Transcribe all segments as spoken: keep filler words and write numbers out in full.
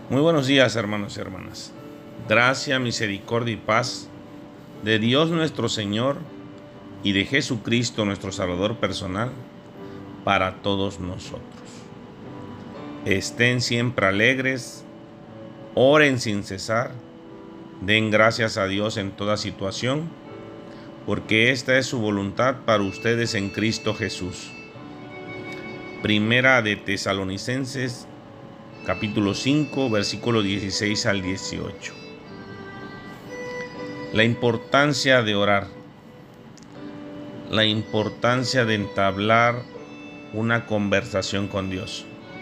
Muy buenos días, hermanos y hermanas. Gracia, misericordia y paz de Dios nuestro Señor y de Jesucristo nuestro Salvador personal para todos nosotros. Estén siempre alegres, oren sin cesar, den gracias a Dios en toda situación, porque esta es su voluntad para ustedes en Cristo Jesús. Primera de Tesalonicenses capítulo cinco, versículos dieciséis al dieciocho. La importancia de orar, la importancia de entablar una conversación con Dios.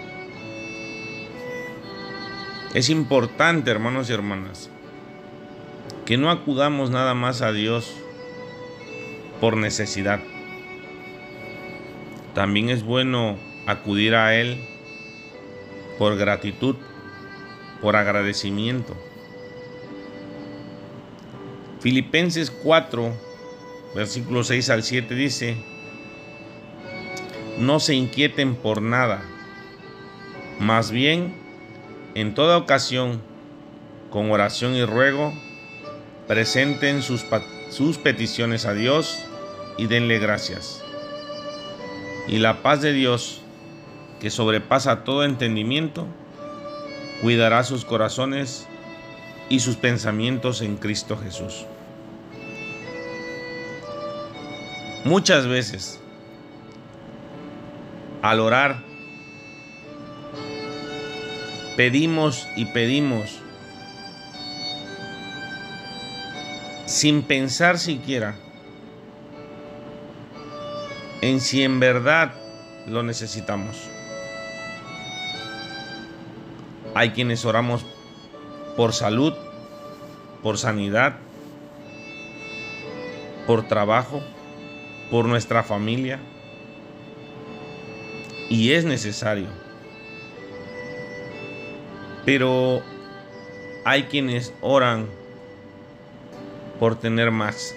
Es importante, hermanos y hermanas, que no acudamos nada más a Dios por necesidad. También es bueno acudir a Él por gratitud, por agradecimiento. Filipenses cuatro, versículos seis al siete dice: no se inquieten por nada, más bien, en toda ocasión, con oración y ruego, presenten sus, sus peticiones a Dios y denle gracias. Y la paz de Dios, que sobrepasa todo entendimiento, cuidará sus corazones y sus pensamientos en Cristo Jesús. Muchas veces, al orar, pedimos y pedimos sin pensar siquiera en si en verdad lo necesitamos. Hay quienes oramos por salud, por sanidad, por trabajo, por nuestra familia, y es necesario. Pero hay quienes oran por tener más,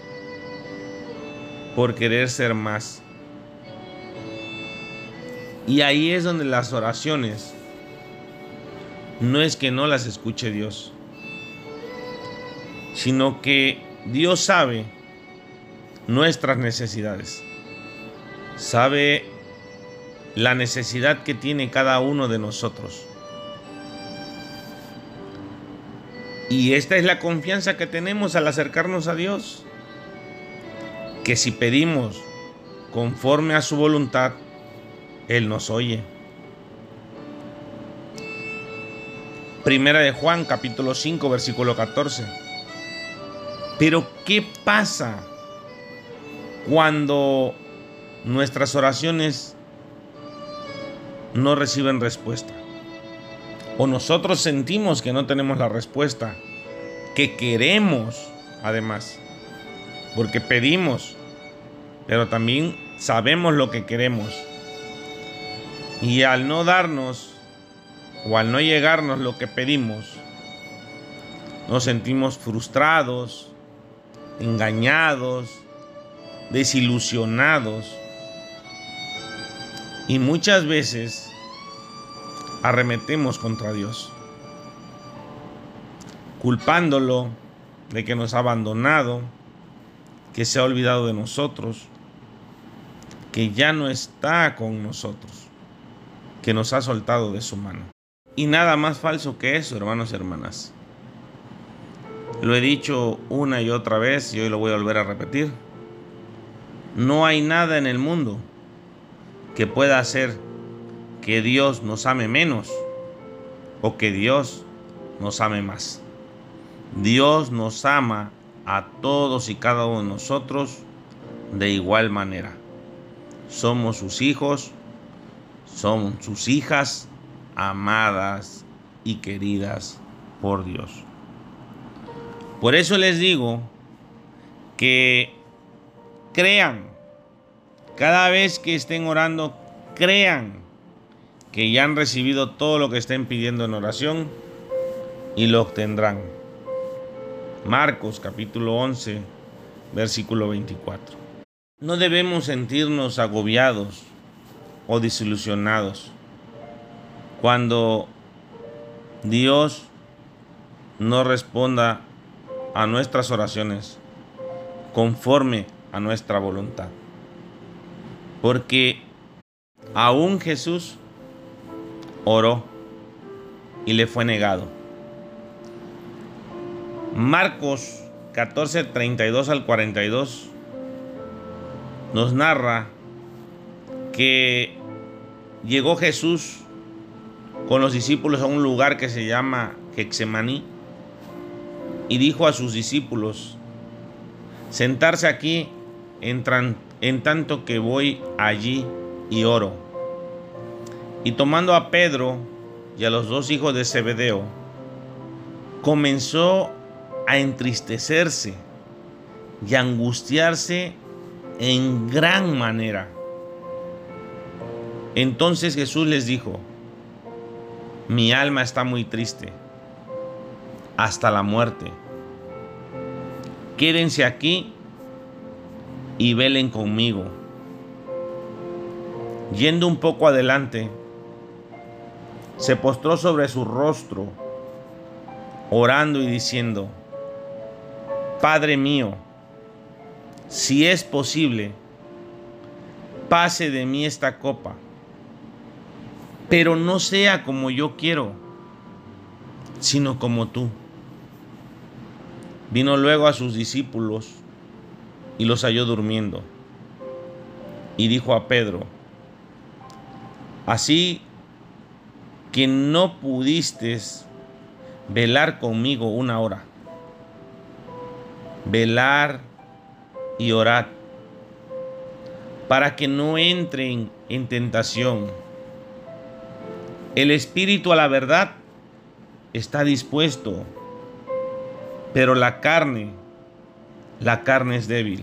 por querer ser más. Y ahí es donde las oraciones no es que no las escuche Dios, sino que Dios sabe nuestras necesidades, sabe la necesidad que tiene cada uno de nosotros. Y esta es la confianza que tenemos al acercarnos a Dios, que si pedimos conforme a su voluntad, Él nos oye. Primera de Juan, capítulo cinco, versículo catorce. Pero ¿qué pasa cuando nuestras oraciones no reciben respuesta? O nosotros sentimos que no tenemos la respuesta que queremos, además, porque pedimos, pero también sabemos lo que queremos. Y al no darnos o al no llegarnos lo que pedimos, nos sentimos frustrados, engañados, desilusionados, y muchas veces arremetemos contra Dios, culpándolo de que nos ha abandonado, que se ha olvidado de nosotros, que ya no está con nosotros, que nos ha soltado de su mano. Y nada más falso que eso, hermanos y hermanas. Lo he dicho una y otra vez y hoy lo voy a volver a repetir. No hay nada en el mundo que pueda hacer que Dios nos ame menos o que Dios nos ame más. Dios nos ama a todos y cada uno de nosotros de igual manera. Somos sus hijos, somos sus hijas, amadas y queridas por Dios. Por eso les digo que crean, cada vez que estén orando, crean que ya han recibido todo lo que estén pidiendo en oración y lo obtendrán. Marcos capítulo once, versículo veinticuatro. No debemos sentirnos agobiados o desilusionados cuando Dios no responda a nuestras oraciones conforme a nuestra voluntad. Porque aún Jesús oró y le fue negado. Marcos catorce, treinta y dos al cuarenta y dos nos narra que llegó Jesús con los discípulos a un lugar que se llama Getsemaní y dijo a sus discípulos: sentarse aquí en, en tanto que voy allí y oro. Y tomando a Pedro y a los dos hijos de Zebedeo, comenzó a entristecerse y a angustiarse en gran manera. Entonces Jesús les dijo: mi alma está muy triste hasta la muerte. Quédense aquí y velen conmigo. Yendo un poco adelante, se postró sobre su rostro, orando y diciendo: Padre mío, si es posible, pase de mí esta copa, pero no sea como yo quiero, sino como tú. Vino luego a sus discípulos y los halló durmiendo. Y dijo a Pedro: así que no pudiste velar conmigo una hora. Velar y orad, para que no entren en tentación. El espíritu a la verdad está dispuesto, pero la carne, la carne es débil.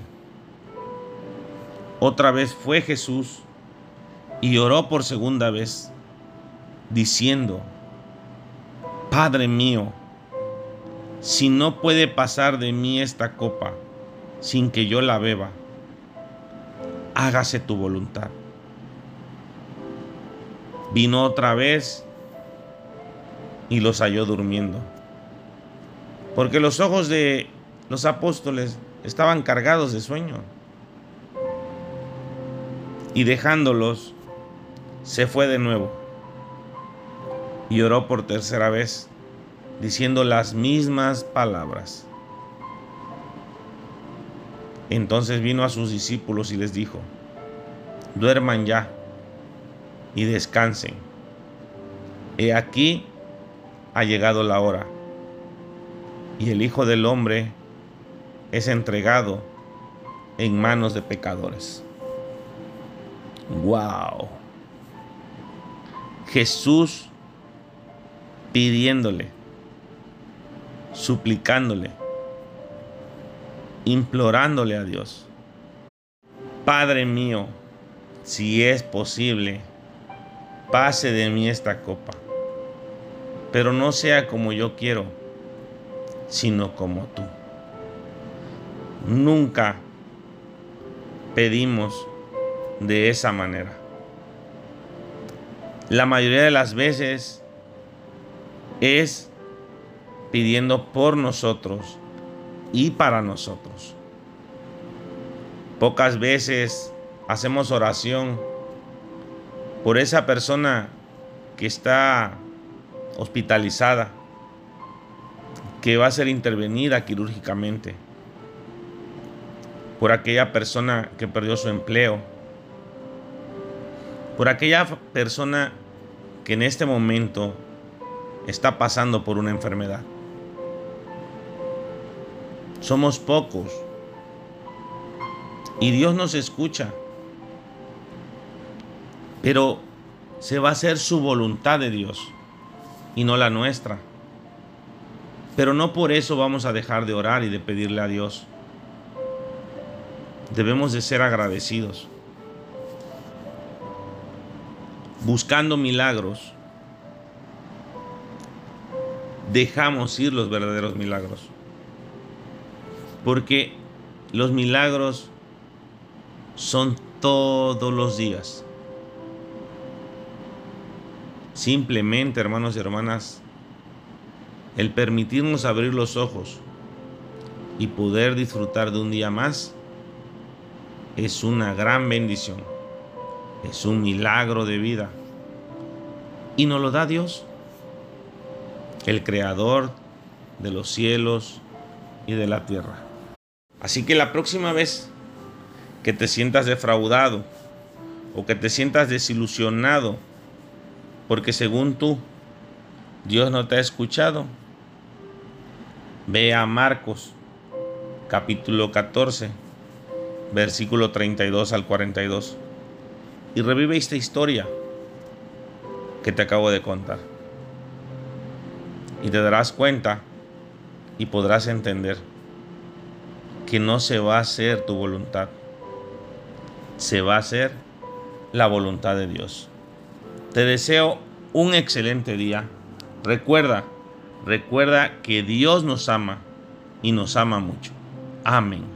Otra vez fue Jesús y oró por segunda vez, diciendo: Padre mío, si no puede pasar de mí esta copa sin que yo la beba, hágase tu voluntad. Vino otra vez y los halló durmiendo, porque los ojos de los apóstoles estaban cargados de sueño. Y dejándolos, se fue de nuevo y oró por tercera vez, diciendo las mismas palabras. Entonces vino a sus discípulos y les dijo: duerman ya y descansen. He aquí ha llegado la hora, y el Hijo del Hombre es entregado en manos de pecadores. ¡Wow! Jesús pidiéndole, suplicándole, implorándole a Dios: Padre mío, si es posible, pase de mí esta copa, pero no sea como yo quiero, sino como tú. Nunca pedimos de esa manera. La mayoría de las veces es pidiendo por nosotros y para nosotros. Pocas veces hacemos oración por esa persona que está hospitalizada, que va a ser intervenida quirúrgicamente, por aquella persona que perdió su empleo, por aquella persona que en este momento está pasando por una enfermedad. Somos pocos y Dios nos escucha, pero se va a hacer su voluntad de Dios y no la nuestra. Pero no por eso vamos a dejar de orar y de pedirle a Dios. Debemos de ser agradecidos, buscando milagros. Dejamos ir los verdaderos milagros, porque los milagros son todos los días. Simplemente, hermanos y hermanas, el permitirnos abrir los ojos y poder disfrutar de un día más es una gran bendición, es un milagro de vida y nos lo da Dios, el creador de los cielos y de la tierra. Así que la próxima vez que te sientas defraudado o que te sientas desilusionado porque según tú Dios no te ha escuchado, ve a Marcos capítulo catorce, versículo treinta y dos al cuarenta y dos y revive esta historia que te acabo de contar. Y te darás cuenta y podrás entender que no se va a hacer tu voluntad, se va a hacer la voluntad de Dios. Te deseo un excelente día. Recuerda, recuerda que Dios nos ama y nos ama mucho. Amén.